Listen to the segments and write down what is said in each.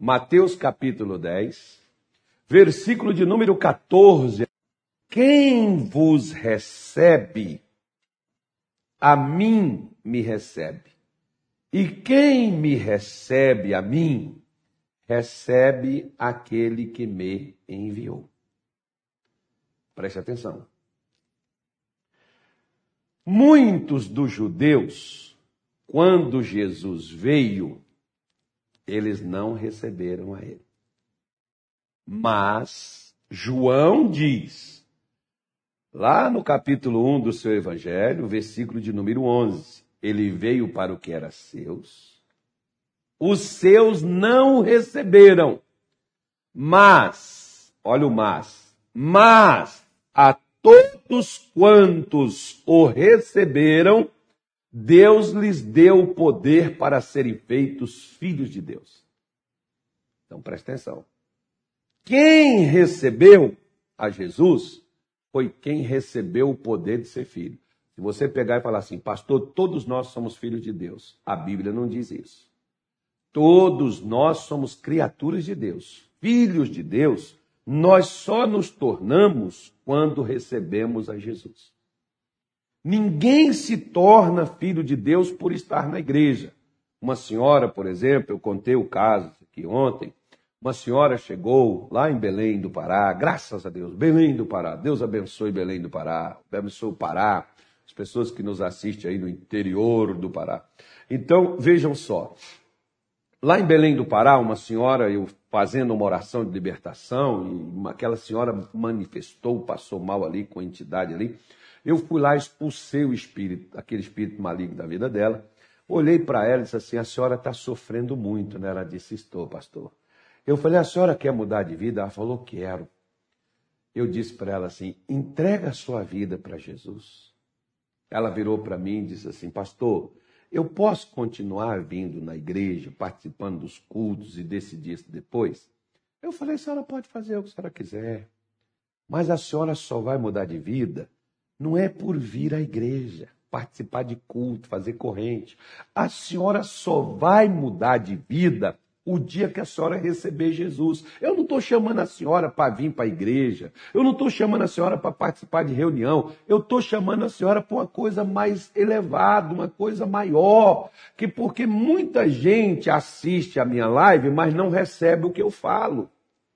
Mateus capítulo 10, versículo de número 14. Quem vos recebe, a mim me recebe. E quem me recebe a mim, recebe aquele que me enviou. Preste atenção. Muitos dos judeus, quando Jesus veio, eles não receberam a ele. Mas João diz, lá no capítulo 1 do seu evangelho, versículo de número 11, ele veio para o que era seus, os seus não o receberam, mas, olha o mas a todos quantos o receberam, Deus lhes deu o poder para serem feitos filhos de Deus. Então presta atenção. Quem recebeu a Jesus foi quem recebeu o poder de ser filho. Se você pegar e falar assim, pastor, todos nós somos filhos de Deus. A Bíblia não diz isso. Todos nós somos criaturas de Deus, filhos de Deus. Nós só nos tornamos quando recebemos a Jesus. Ninguém se torna filho de Deus por estar na igreja. Uma senhora, por exemplo, eu contei o caso aqui ontem, uma senhora chegou lá em Belém do Pará, graças a Deus, Belém do Pará, Deus abençoe Belém do Pará, abençoe o Pará, as pessoas que nos assistem aí no interior do Pará. Então, vejam só, lá em Belém do Pará, uma senhora, eu fazendo uma oração de libertação, e aquela senhora manifestou, passou mal ali com a entidade ali. Eu fui lá, expulsei o espírito, aquele espírito maligno da vida dela. Olhei para ela e disse assim, a senhora está sofrendo muito, né? Ela disse, estou, pastor. Eu falei, a senhora quer mudar de vida? Ela falou, quero. Eu disse para ela assim, entrega a sua vida para Jesus. Ela virou para mim e disse assim, pastor, eu posso continuar vindo na igreja, participando dos cultos e decidir isso depois? Eu falei, a senhora pode fazer o que a senhora quiser, mas a senhora só vai mudar de vida, não é por vir à igreja, participar de culto, fazer corrente. A senhora só vai mudar de vida o dia que a senhora receber Jesus. Eu não estou chamando a senhora para vir para a igreja. Eu não estou chamando a senhora para participar de reunião. Eu estou chamando a senhora para uma coisa mais elevada, uma coisa maior. Porque muita gente assiste a minha live, mas não recebe o que eu falo.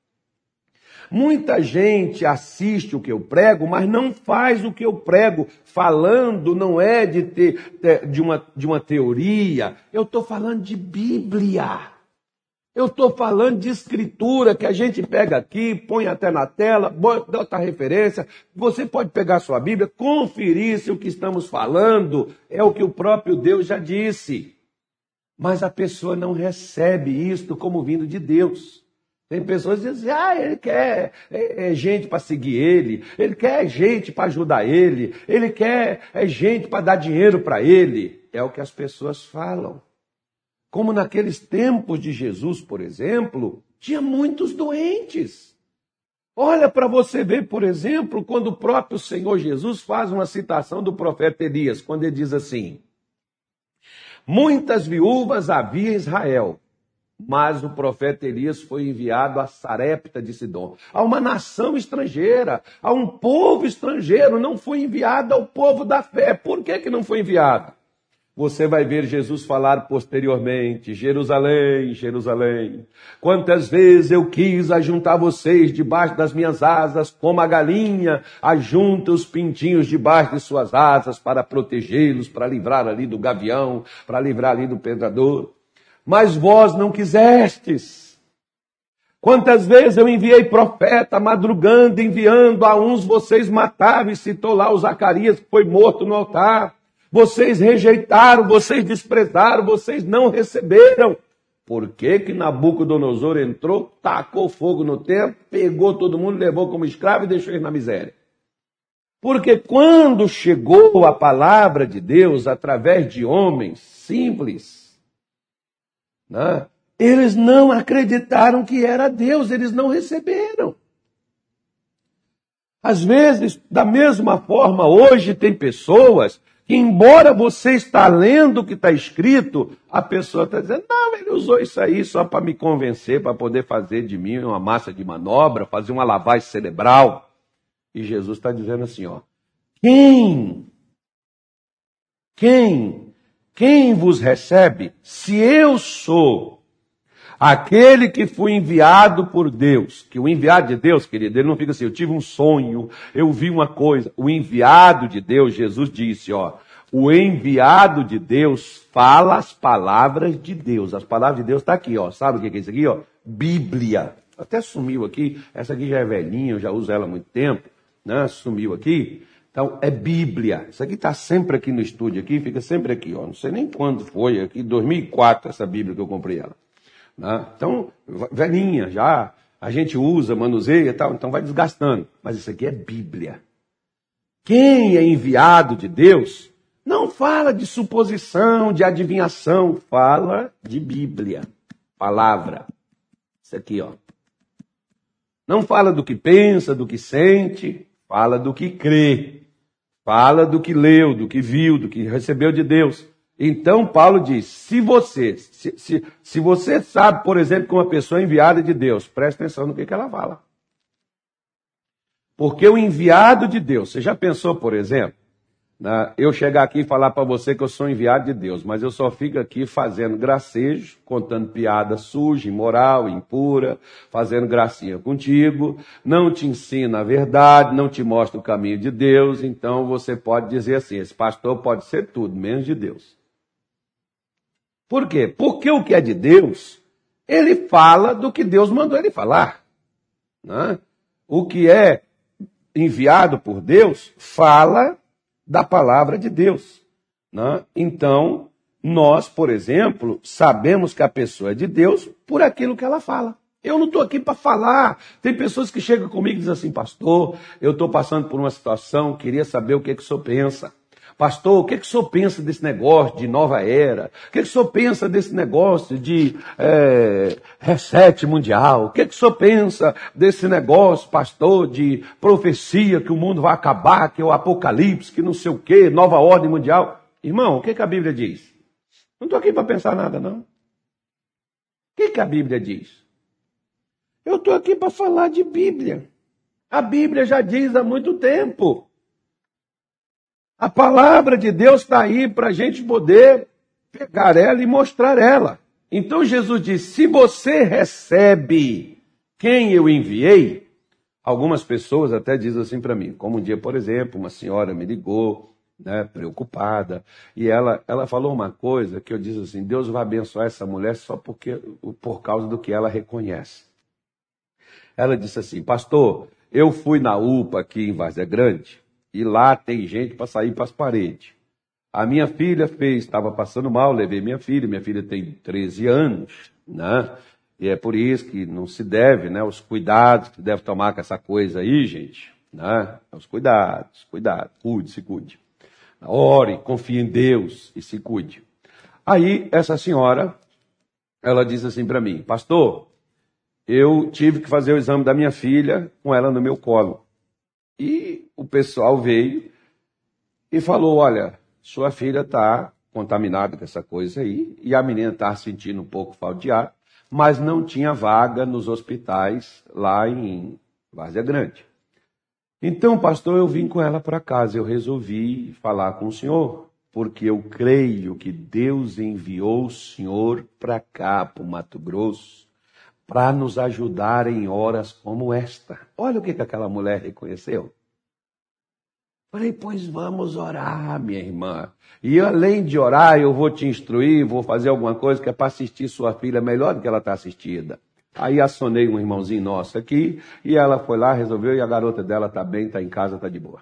Muita gente assiste o que eu prego, mas não faz o que eu prego. Falando não é de uma teoria. Eu estou falando de Bíblia. Eu estou falando de escritura que a gente pega aqui, põe até na tela, bota a referência. Você pode pegar a sua Bíblia, conferir se o que estamos falando é o que o próprio Deus já disse. Mas a pessoa não recebe isto como vindo de Deus. Tem pessoas que dizem, ele quer gente para seguir ele quer gente para ajudar ele quer gente para dar dinheiro para ele. É o que as pessoas falam. Como naqueles tempos de Jesus, por exemplo, tinha muitos doentes. Olha para você ver, por exemplo, quando o próprio Senhor Jesus faz uma citação do profeta Elias, quando ele diz assim, muitas viúvas havia em Israel, mas o profeta Elias foi enviado a Sarepta de Sidom, a uma nação estrangeira, a um povo estrangeiro, não foi enviado ao povo da fé. Por que não foi enviado? Você vai ver Jesus falar posteriormente, Jerusalém, Jerusalém, quantas vezes eu quis ajuntar vocês debaixo das minhas asas, como a galinha ajunta os pintinhos debaixo de suas asas para protegê-los, para livrar ali do gavião, para livrar ali do predador. Mas vós não quisestes. Quantas vezes eu enviei profeta madrugando, enviando a uns vocês mataram, e citou lá o Zacarias que foi morto no altar. Vocês rejeitaram, vocês desprezaram, vocês não receberam. Por que Nabucodonosor entrou, tacou fogo no templo, pegou todo mundo, levou como escravo e deixou eles na miséria? Porque quando chegou a palavra de Deus através de homens simples, né, eles não acreditaram que era Deus, eles não receberam. Às vezes, da mesma forma, hoje tem pessoas que embora você está lendo o que está escrito, a pessoa está dizendo, não, ele usou isso aí só para me convencer, para poder fazer de mim uma massa de manobra, fazer uma lavagem cerebral. E Jesus está dizendo assim, ó, quem vos recebe, se eu sou aquele que fui enviado por Deus, que o enviado de Deus, querido, ele não fica assim, eu tive um sonho, eu vi uma coisa. O enviado de Deus, Jesus disse, ó, o enviado de Deus fala as palavras de Deus. As palavras de Deus está aqui, ó. Sabe o que é isso aqui, ó? Bíblia. Até sumiu aqui. Essa aqui já é velhinha, eu já uso ela há muito tempo, né? Sumiu aqui. Então, é Bíblia. Isso aqui está sempre aqui no estúdio, aqui, fica sempre aqui, ó. Não sei nem quando foi, aqui, 2004, essa Bíblia que eu comprei ela. Né? Então, velhinha, já a gente usa, manuseia e tal, então vai desgastando. Mas isso aqui é Bíblia. Quem é enviado de Deus não fala de suposição, de adivinhação, fala de Bíblia, palavra. Isso aqui, ó. Não fala do que pensa, do que sente, fala do que crê. Fala do que leu, do que viu, do que recebeu de Deus. Então, Paulo diz, se você sabe, por exemplo, que uma pessoa é enviada de Deus, preste atenção no que ela fala. Porque o enviado de Deus, você já pensou, por exemplo, eu chegar aqui e falar para você que eu sou enviado de Deus, mas eu só fico aqui fazendo gracejo, contando piada suja, imoral, impura, fazendo gracinha contigo, não te ensina a verdade, não te mostra o caminho de Deus, então você pode dizer assim, esse pastor pode ser tudo, menos de Deus. Por quê? Porque o que é de Deus, ele fala do que Deus mandou ele falar. Né? O que é enviado por Deus, fala da palavra de Deus. Né? Então, nós, por exemplo, sabemos que a pessoa é de Deus por aquilo que ela fala. Eu não estou aqui para falar. Tem pessoas que chegam comigo e dizem assim, pastor, eu estou passando por uma situação, queria saber o que o senhor pensa. Pastor, o que o senhor pensa desse negócio de nova era? O que o senhor pensa desse negócio de reset mundial? O que o senhor pensa desse negócio, pastor, de profecia que o mundo vai acabar, que é o apocalipse, que não sei o quê, nova ordem mundial? Irmão, o que a Bíblia diz? Não estou aqui para pensar nada, não. O que a Bíblia diz? Eu estou aqui para falar de Bíblia. A Bíblia já diz há muito tempo. A palavra de Deus está aí para a gente poder pegar ela e mostrar ela. Então Jesus diz, se você recebe quem eu enviei, algumas pessoas até dizem assim para mim, como um dia, por exemplo, uma senhora me ligou, né, preocupada, e ela falou uma coisa que eu disse assim, Deus vai abençoar essa mulher só por causa do que ela reconhece. Ela disse assim, pastor, eu fui na UPA aqui em Várzea Grande, e lá tem gente para sair para as paredes. A minha filha estava passando mal, levei minha filha tem 13 anos, né? E é por isso que não se deve, né? Os cuidados que deve tomar com essa coisa aí, gente, né? Os cuidados, se cuide. Ore, confie em Deus e se cuide. Aí, essa senhora, ela disse assim para mim, pastor, eu tive que fazer o exame da minha filha com ela no meu colo. E o pessoal veio e falou, olha, sua filha está contaminada com essa coisa aí, e a menina está sentindo um pouco falta de ar, mas não tinha vaga nos hospitais lá em Várzea Grande. Então, pastor, eu vim com ela para casa, eu resolvi falar com o senhor, porque eu creio que Deus enviou o senhor para cá, para o Mato Grosso, para nos ajudar em horas como esta. Olha o que aquela mulher reconheceu. Falei, pois vamos orar, minha irmã. E além de orar, eu vou te instruir, vou fazer alguma coisa que é para assistir sua filha melhor do que ela está assistida. Aí acionei um irmãozinho nosso aqui, e ela foi lá, resolveu, e a garota dela está bem, está em casa, está de boa.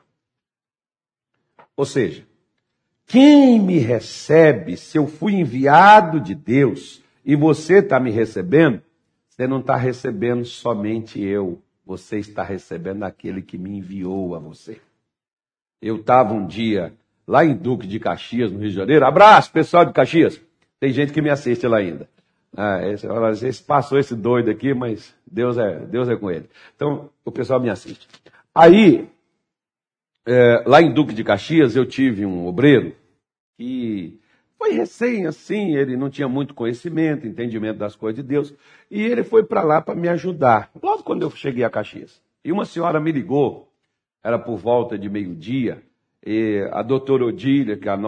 Ou seja, quem me recebe, se eu fui enviado de Deus, e você está me recebendo, você não está recebendo somente eu, você está recebendo aquele que me enviou a você. Eu estava um dia lá em Duque de Caxias, no Rio de Janeiro. Abraço, pessoal de Caxias. Tem gente que me assiste lá ainda. Esse passou esse doido aqui, mas Deus é com ele. Então, o pessoal me assiste. Aí, Lá em Duque de Caxias eu tive um obreiro que foi recém assim, ele não tinha muito conhecimento, entendimento das coisas de Deus, e ele foi para lá para me ajudar, logo quando eu cheguei a Caxias. E uma senhora me ligou, era por volta de meio-dia, e a doutora Odília, que é a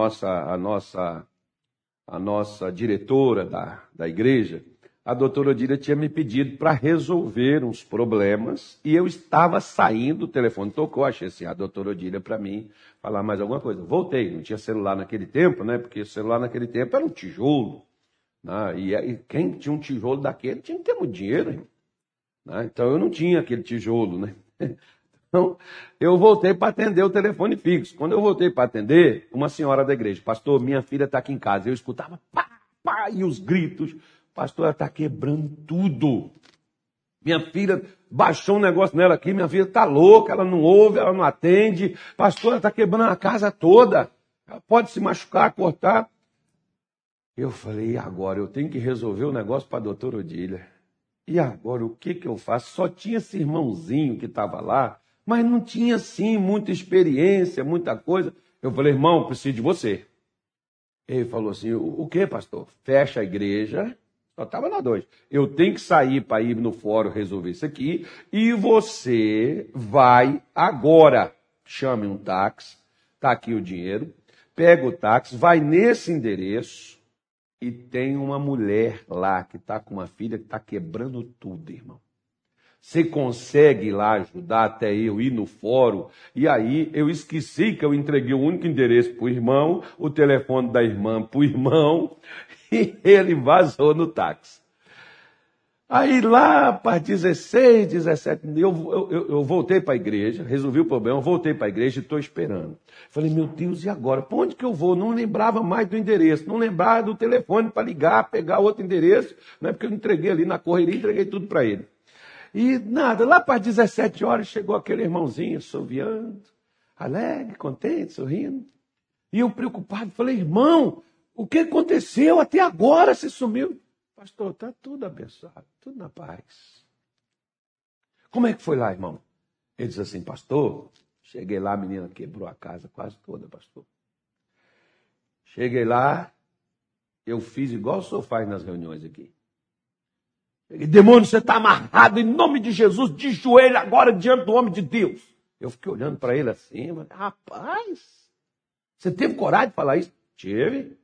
nossa diretora da igreja, a doutora Odília tinha me pedido para resolver uns problemas e eu estava saindo, o telefone tocou, achei assim, a doutora Odília para mim falar mais alguma coisa. Voltei, não tinha celular naquele tempo, né? Porque o celular naquele tempo era um tijolo, né? E quem tinha um tijolo daquele tinha que ter muito dinheiro, hein? Né? Então eu não tinha aquele tijolo, né? Então eu voltei para atender o telefone fixo. Quando eu voltei para atender, uma senhora da igreja, pastor, minha filha está aqui em casa. Eu escutava pá, pá, e os gritos. Pastor, ela está quebrando tudo. Minha filha baixou um negócio nela aqui, minha filha está louca, ela não ouve, ela não atende. Pastor, ela está quebrando a casa toda. Ela pode se machucar, cortar. Eu falei, e agora? Eu tenho que resolver o negócio para a doutora Odília. E agora, o que eu faço? Só tinha esse irmãozinho que estava lá, mas não tinha, assim, muita experiência, muita coisa. Eu falei, irmão, preciso de você. Ele falou assim, o que, pastor? Fecha a igreja. Só estava nós dois. Eu tenho que sair para ir no fórum resolver isso aqui. E você vai agora. Chame um táxi. Está aqui o dinheiro. Pega o táxi, vai nesse endereço. E tem uma mulher lá que está com uma filha que está quebrando tudo, irmão. Você consegue ir lá ajudar até eu ir no fórum? E aí eu esqueci que eu entreguei o único endereço para o irmão, o telefone da irmã para o irmão, e ele vazou no táxi. Aí lá para 16, 17, eu voltei para a igreja, resolvi o problema, voltei para a igreja e estou esperando. Falei, meu Deus, e agora? Para onde que eu vou? Não lembrava mais do endereço, não lembrava do telefone para ligar, pegar outro endereço, né? Porque eu entreguei ali na correria, entreguei tudo para ele. E nada, lá para 17 horas chegou aquele irmãozinho assoviando, alegre, contente, sorrindo. E eu preocupado, falei, irmão, o que aconteceu? Até agora você sumiu. Pastor, está tudo abençoado, tudo na paz. Como é que foi lá, irmão? Ele disse assim, pastor, cheguei lá, a menina quebrou a casa quase toda, pastor. Cheguei lá, eu fiz igual o senhor faz nas reuniões aqui. Demônio, você está amarrado em nome de Jesus, de joelho agora diante do homem de Deus. Eu fiquei olhando para ele assim, mas, rapaz, você teve coragem de falar isso? Tive.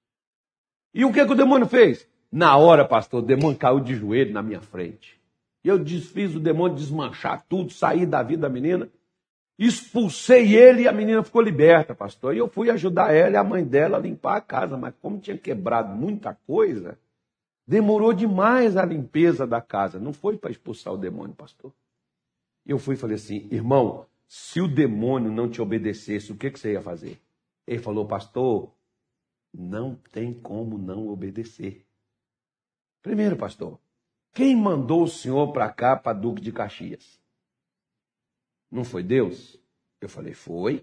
E o que o demônio fez? Na hora, pastor, o demônio caiu de joelho na minha frente. E eu desfiz o demônio desmanchar tudo, saí da vida da menina, expulsei ele e a menina ficou liberta, pastor. E eu fui ajudar ela e a mãe dela a limpar a casa, mas como tinha quebrado muita coisa, demorou demais a limpeza da casa. Não foi para expulsar o demônio, pastor. Eu fui e falei assim, irmão, se o demônio não te obedecesse, o que você ia fazer? Ele falou, pastor, não tem como não obedecer. Primeiro, pastor, quem mandou o senhor para cá, para Duque de Caxias? Não foi Deus? Eu falei, foi.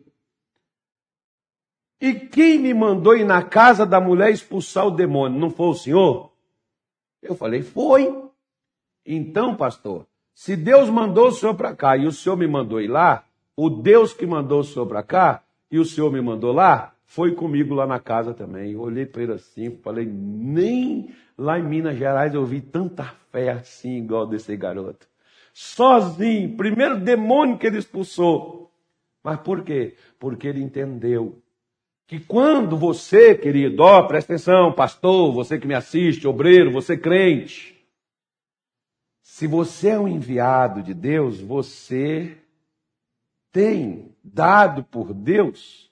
E quem me mandou ir na casa da mulher expulsar o demônio? Não foi o senhor? Eu falei, foi. Então, pastor, se Deus mandou o senhor para cá e o senhor me mandou ir lá, o Deus que mandou o senhor para cá e o senhor me mandou lá, foi comigo lá na casa também. Eu olhei para ele assim, falei, nem lá em Minas Gerais eu vi tanta fé assim, igual desse garoto. Sozinho, primeiro demônio que ele expulsou. Mas por quê? Porque ele entendeu que quando você, querido, presta atenção, pastor, você que me assiste, obreiro, você crente, se você é um enviado de Deus, você tem dado por Deus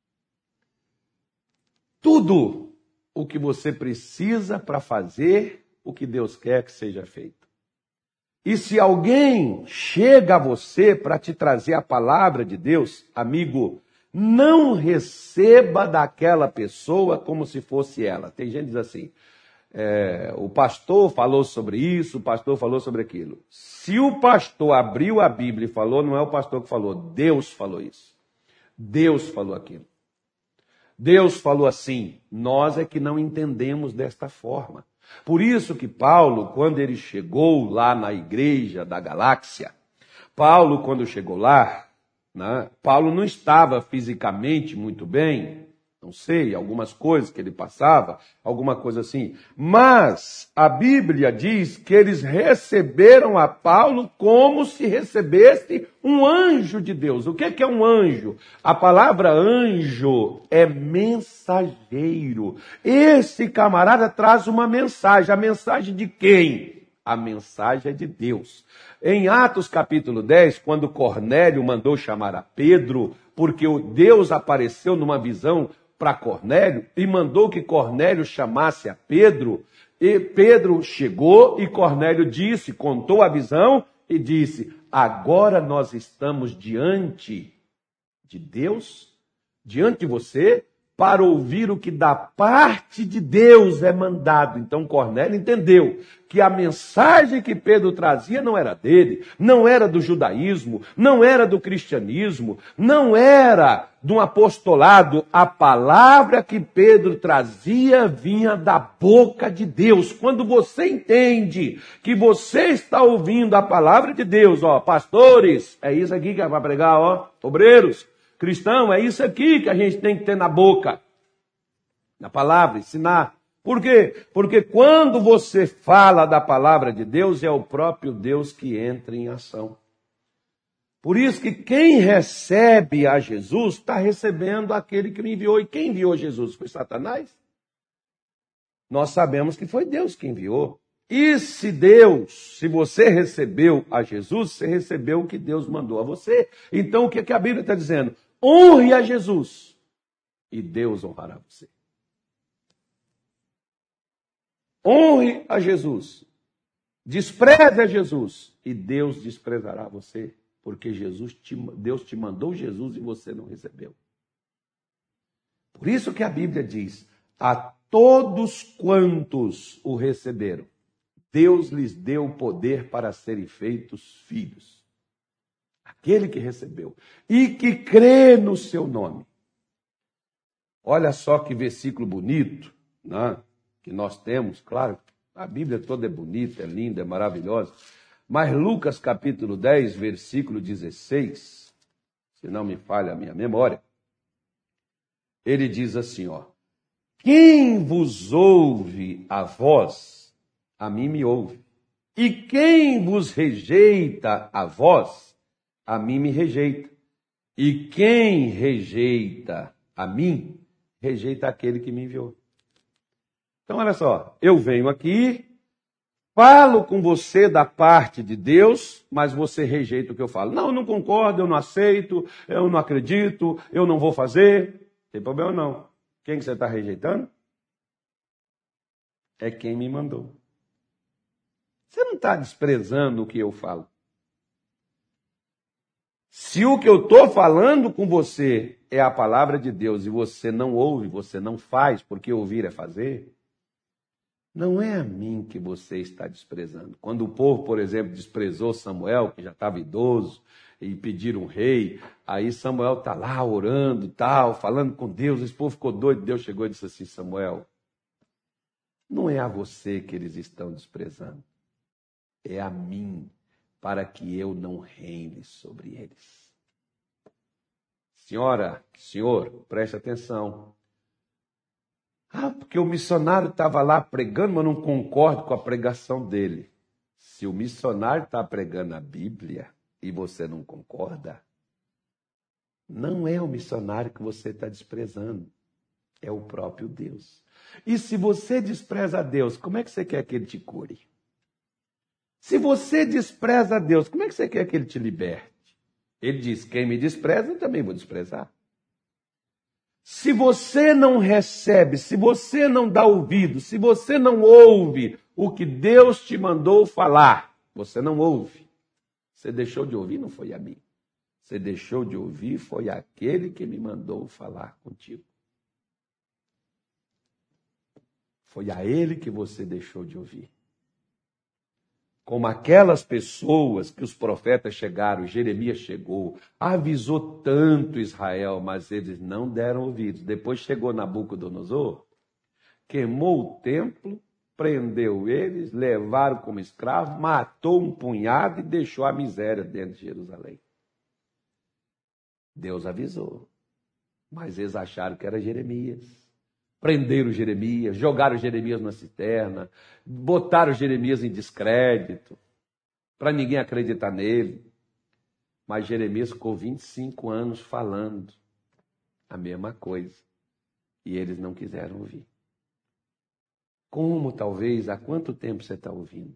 tudo o que você precisa para fazer o que Deus quer que seja feito. E se alguém chega a você para te trazer a palavra de Deus, amigo, não receba daquela pessoa como se fosse ela. Tem gente que diz assim, o pastor falou sobre isso, o pastor falou sobre aquilo. Se o pastor abriu a Bíblia e falou, não é o pastor que falou, Deus falou isso. Deus falou aquilo. Deus falou assim, nós é que não entendemos desta forma. Por isso que Paulo, quando ele chegou lá na igreja da Galáxia, Paulo, quando chegou lá, né? Paulo não estava fisicamente muito bem, não sei, algumas coisas que ele passava, alguma coisa assim. Mas a Bíblia diz que eles receberam a Paulo como se recebesse um anjo de Deus. O que é um anjo? A palavra anjo é mensageiro. Esse camarada traz uma mensagem. A mensagem de quem? A mensagem é de Deus. Em Atos capítulo 10, quando Cornélio mandou chamar a Pedro, porque o Deus apareceu numa visão para Cornélio e mandou que Cornélio chamasse a Pedro, e Pedro chegou e Cornélio disse, contou a visão e disse: agora nós estamos diante de Deus, diante de você, para ouvir o que da parte de Deus é mandado. Então Cornélio entendeu que a mensagem que Pedro trazia não era dele, não era do judaísmo, não era do cristianismo, não era de um apostolado. A palavra que Pedro trazia vinha da boca de Deus. Quando você entende que você está ouvindo a palavra de Deus, ó, pastores, é isso aqui que é para pregar, ó, obreiros, cristão, é isso aqui que a gente tem que ter na boca, na palavra, ensinar. Por quê? Porque quando você fala da palavra de Deus, é o próprio Deus que entra em ação. Por isso que quem recebe a Jesus está recebendo aquele que me enviou. E quem enviou Jesus? Foi Satanás? Nós sabemos que foi Deus que enviou. E se você recebeu a Jesus, você recebeu o que Deus mandou a você. Então o que a Bíblia está dizendo? Honre a Jesus e Deus honrará você. Honre a Jesus. Despreze a Jesus e Deus desprezará você. Porque Deus te mandou Jesus e você não recebeu. Por isso que a Bíblia diz, a todos quantos o receberam, Deus lhes deu o poder para serem feitos filhos. Aquele que recebeu e que crê no seu nome. Olha só que versículo bonito, né, que nós temos. Claro, a Bíblia toda é bonita, é linda, é maravilhosa. Mas Lucas capítulo 10, versículo 16, se não me falha a minha memória, ele diz assim, ó: quem vos ouve a vós, a mim me ouve. E quem vos rejeita a vós, a mim me rejeita. E quem rejeita a mim, rejeita aquele que me enviou. Então, olha só, eu venho aqui, falo com você da parte de Deus, mas você rejeita o que eu falo. Não, eu não concordo, eu não aceito, eu não acredito, eu não vou fazer. Não tem problema não. Quem que você está rejeitando? É quem me mandou. Você não está desprezando o que eu falo. Se o que eu estou falando com você é a palavra de Deus e você não ouve, você não faz, porque ouvir é fazer, não é a mim que você está desprezando. Quando o povo, por exemplo, desprezou Samuel, que já estava idoso, e pediram um rei, aí Samuel está lá orando, tal, falando com Deus, esse povo ficou doido, Deus chegou e disse assim, Samuel, não é a você que eles estão desprezando, é a mim, para que eu não reine sobre eles. Senhora, senhor, preste atenção. Porque o missionário estava lá pregando, mas eu não concordo com a pregação dele. Se o missionário está pregando a Bíblia e você não concorda, não é o missionário que você está desprezando, é o próprio Deus. E se você despreza a Deus, como é que você quer que ele te cure? Se você despreza a Deus, como é que você quer que ele te liberte? Ele diz, quem me despreza, eu também vou desprezar. Se você não recebe, se você não dá ouvido, se você não ouve o que Deus te mandou falar, você não ouve. Você deixou de ouvir, não foi a mim. Você deixou de ouvir, foi aquele que me mandou falar contigo. Foi a ele que você deixou de ouvir. Como aquelas pessoas que os profetas chegaram, Jeremias chegou, avisou tanto Israel, mas eles não deram ouvidos. Depois chegou Nabucodonosor, queimou o templo, prendeu eles, levaram como escravo, matou um punhado e deixou a miséria dentro de Jerusalém. Deus avisou. Mas eles acharam que era Jeremias. Prenderam Jeremias, jogaram Jeremias na cisterna, botaram Jeremias em descrédito, para ninguém acreditar nele. Mas Jeremias ficou 25 anos falando a mesma coisa. E eles não quiseram ouvir. Como talvez, há quanto tempo você está ouvindo?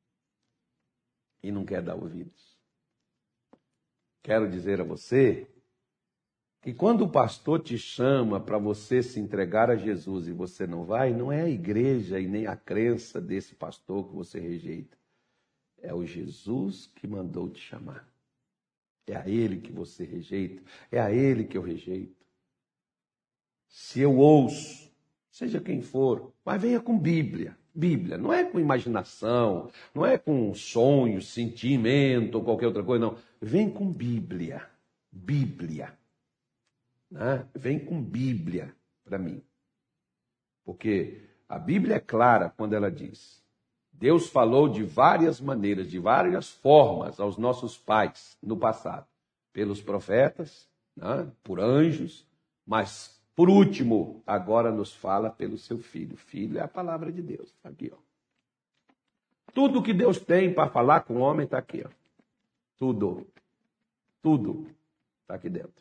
E não quer dar ouvidos? Quero dizer a você que quando o pastor te chama para você se entregar a Jesus e você não vai, não é a igreja e nem a crença desse pastor que você rejeita. É o Jesus que mandou te chamar. É a ele que você rejeita. É a ele que eu rejeito. Se eu ouço, seja quem for, mas venha com Bíblia. Bíblia, não é com imaginação, não é com sonho, sentimento ou qualquer outra coisa, não. Vem com Bíblia. Bíblia. Né? Vem com Bíblia para mim. Porque a Bíblia é clara quando ela diz: Deus falou de várias maneiras, de várias formas aos nossos pais no passado. Pelos profetas, né? Por anjos, mas por último, agora nos fala pelo seu Filho. Filho é a palavra de Deus. Está aqui, ó. Tudo que Deus tem para falar com o homem está aqui, ó. Tudo. Tudo está aqui dentro.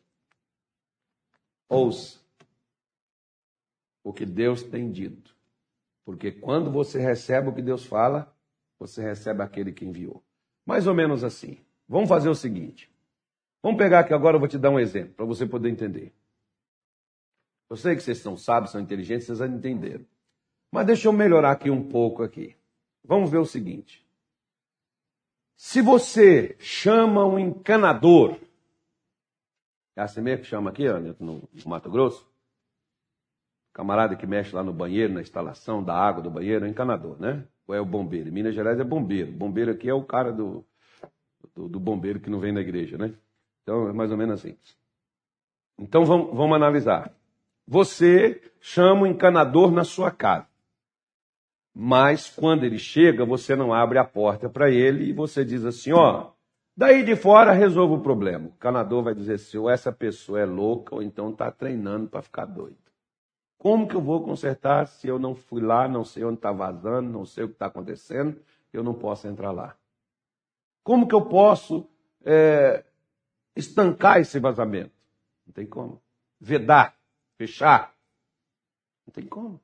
Ouça o que Deus tem dito. Porque quando você recebe o que Deus fala, você recebe aquele que enviou. Mais ou menos assim. Vamos fazer o seguinte. Vamos pegar aqui agora, eu vou te dar um exemplo, para você poder entender. Eu sei que vocês são sábios, são inteligentes, vocês vão entender. Mas deixa eu melhorar aqui um pouco aqui. Vamos ver o seguinte. Se você chama um encanador, é assim mesmo que chama aqui, ó, no Mato Grosso? Camarada que mexe lá no banheiro, na instalação da água do banheiro, é encanador, né? Ou é o bombeiro? Em Minas Gerais é bombeiro. Bombeiro aqui é o cara do bombeiro que não vem na igreja, né? Então é mais ou menos assim. Então vamos analisar. Você chama um encanador na sua casa. Mas quando ele chega, você não abre a porta para ele e você diz assim, ó, daí de fora resolve o problema. O encanador vai dizer assim, ou essa pessoa é louca ou então está treinando para ficar doido. Como que eu vou consertar se eu não fui lá, não sei onde está vazando, não sei o que está acontecendo, eu não posso entrar lá? Como que eu posso estancar esse vazamento? Não tem como. Vedar. Fechar? Não tem como.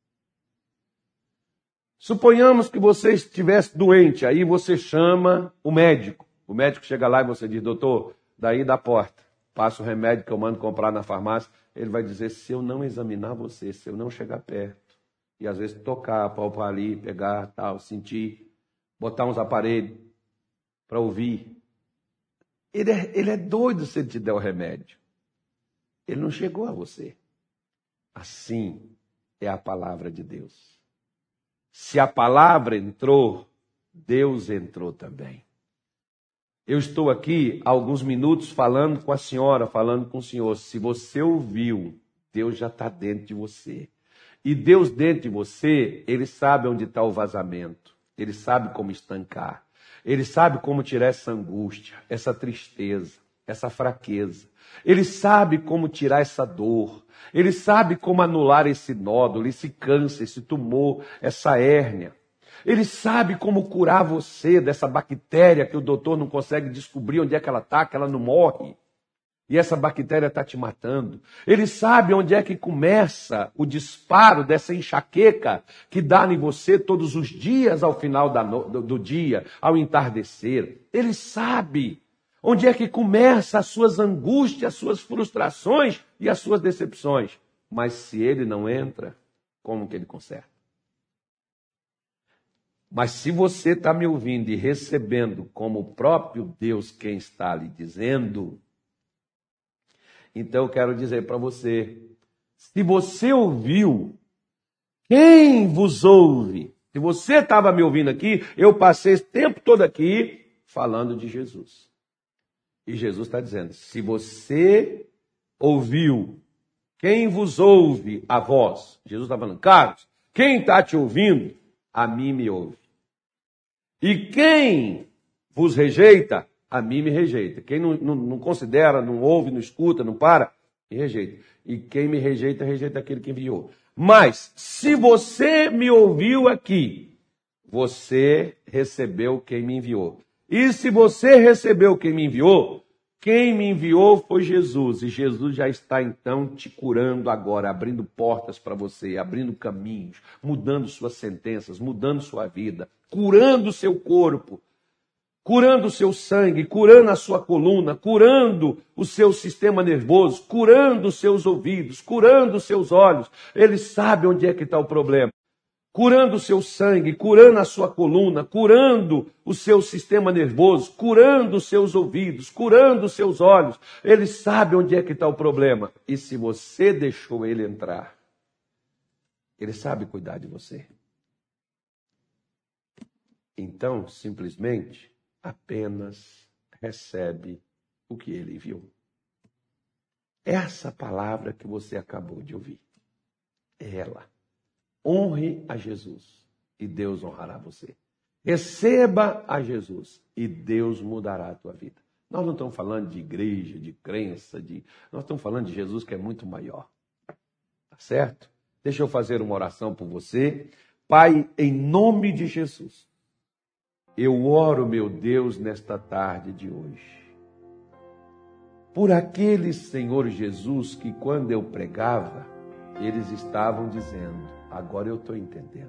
Suponhamos que você estivesse doente, aí você chama o médico. O médico chega lá e você diz, doutor, daí da porta, passa o remédio que eu mando comprar na farmácia. Ele vai dizer, se eu não examinar você, se eu não chegar perto, e às vezes tocar, palpar ali, pegar, tal, sentir, botar uns aparelhos para ouvir. Ele é doido se ele te der o remédio. Ele não chegou a você. Assim é a palavra de Deus. Se a palavra entrou, Deus entrou também. Eu estou aqui há alguns minutos falando com a senhora, falando com o senhor. Se você ouviu, Deus já está dentro de você. E Deus dentro de você, Ele sabe onde está o vazamento. Ele sabe como estancar. Ele sabe como tirar essa angústia, essa tristeza, essa fraqueza. Ele sabe como tirar essa dor. Ele sabe como anular esse nódulo, esse câncer, esse tumor, essa hérnia. Ele sabe como curar você dessa bactéria que o doutor não consegue descobrir onde é que ela está, que ela não morre. E essa bactéria está te matando. Ele sabe onde é que começa o disparo dessa enxaqueca que dá em você todos os dias ao final do dia, ao entardecer. Ele sabe onde é que começa as suas angústias, as suas frustrações e as suas decepções. Mas se ele não entra, como que ele conserta? Mas se você está me ouvindo e recebendo como o próprio Deus quem está lhe dizendo, então eu quero dizer para você, se você ouviu, quem vos ouve? Se você estava me ouvindo aqui, eu passei esse tempo todo aqui falando de Jesus. E Jesus está dizendo, se você ouviu, quem vos ouve a vós? Jesus está falando, Carlos, quem está te ouvindo, a mim me ouve. E quem vos rejeita, a mim me rejeita. Quem não considera, não ouve, não escuta, não para, me rejeita. E quem me rejeita, rejeita aquele que enviou. Mas, se você me ouviu aqui, você recebeu quem me enviou. E se você recebeu quem me enviou foi Jesus. E Jesus já está, então, te curando agora, abrindo portas para você, abrindo caminhos, mudando suas sentenças, mudando sua vida, curando o seu corpo, curando o seu sangue, curando a sua coluna, curando o seu sistema nervoso, curando os seus ouvidos, curando os seus olhos. Ele sabe onde é que está o problema. Curando o seu sangue, curando a sua coluna, curando o seu sistema nervoso, curando os seus ouvidos, curando os seus olhos. Ele sabe onde é que está o problema. E se você deixou ele entrar, ele sabe cuidar de você. Então, simplesmente, apenas recebe o que ele enviou. Essa palavra que você acabou de ouvir, é ela. Honre a Jesus e Deus honrará você. Receba a Jesus e Deus mudará a tua vida. Nós não estamos falando de igreja, de crença, nós estamos falando de Jesus que é muito maior. Tá certo? Deixa eu fazer uma oração por você. Pai, em nome de Jesus, eu oro, meu Deus, nesta tarde de hoje. Por aqueles, Senhor Jesus, que quando eu pregava, eles estavam dizendo, agora eu estou entendendo.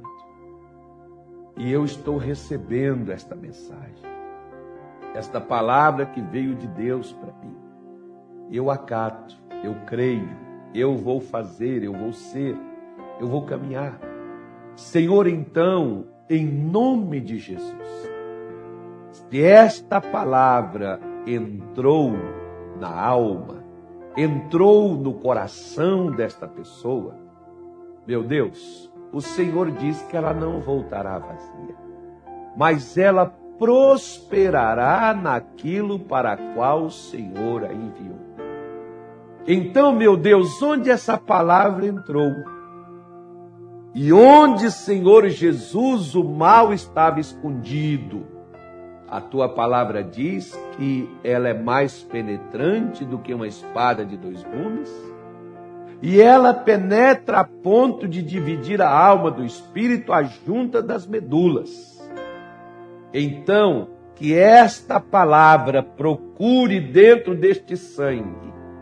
E eu estou recebendo esta mensagem. Esta palavra que veio de Deus para mim. Eu acato, eu creio, eu vou fazer, eu vou ser, eu vou caminhar. Senhor, então, em nome de Jesus, se esta palavra entrou na alma, entrou no coração desta pessoa, meu Deus, o Senhor diz que ela não voltará vazia, mas ela prosperará naquilo para a qual o Senhor a enviou. Então, meu Deus, onde essa palavra entrou, e onde, Senhor Jesus, o mal estava escondido, a tua palavra diz que ela é mais penetrante do que uma espada de dois gumes, e ela penetra a ponto de dividir a alma do espírito, a junta das medulas. Então, que esta palavra procure dentro deste sangue,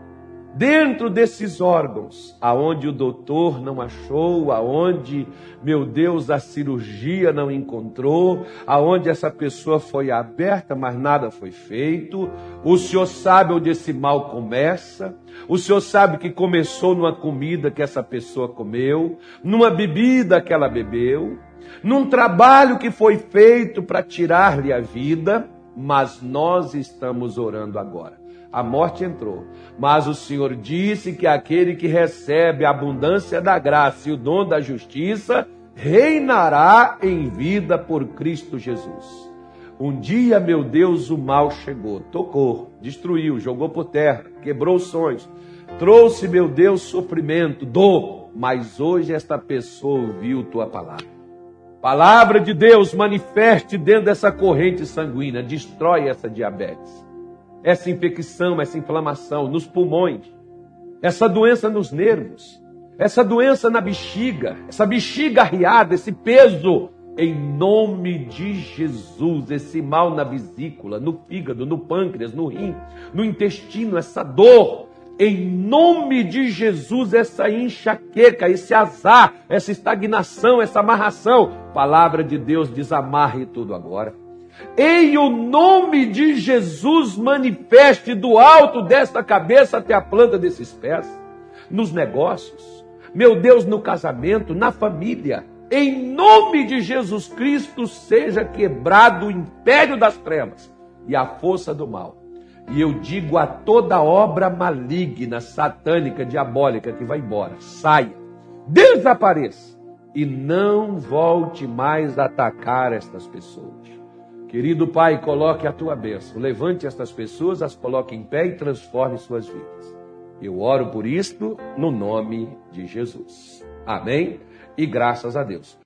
dentro desses órgãos, aonde o doutor não achou, aonde, meu Deus, a cirurgia não encontrou, aonde essa pessoa foi aberta, mas nada foi feito. O Senhor sabe onde esse mal começa. O Senhor sabe que começou numa comida que essa pessoa comeu, numa bebida que ela bebeu, num trabalho que foi feito para tirar-lhe a vida, mas nós estamos orando agora. A morte entrou, mas o Senhor disse que aquele que recebe a abundância da graça e o dom da justiça reinará em vida por Cristo Jesus. Um dia, meu Deus, o mal chegou, tocou, destruiu, jogou por terra, quebrou os sonhos, trouxe, meu Deus, sofrimento, dor, mas hoje esta pessoa ouviu tua palavra. Palavra de Deus, manifeste dentro dessa corrente sanguínea, destrói essa diabetes, essa infecção, essa inflamação nos pulmões, essa doença nos nervos, essa doença na bexiga, essa bexiga arriada, esse peso, em nome de Jesus, esse mal na vesícula, no fígado, no pâncreas, no rim, no intestino, essa dor, em nome de Jesus, essa enxaqueca, esse azar, essa estagnação, essa amarração, palavra de Deus, desamarre tudo agora. Em o nome de Jesus, manifeste do alto desta cabeça até a planta desses pés, nos negócios, meu Deus, no casamento, na família. Em nome de Jesus Cristo, seja quebrado o império das trevas e a força do mal. E eu digo a toda obra maligna, satânica, diabólica que vai embora, saia, desapareça e não volte mais a atacar estas pessoas. Querido Pai, coloque a tua bênção, levante estas pessoas, as coloque em pé e transforme suas vidas. Eu oro por isto no nome de Jesus. Amém? E graças a Deus.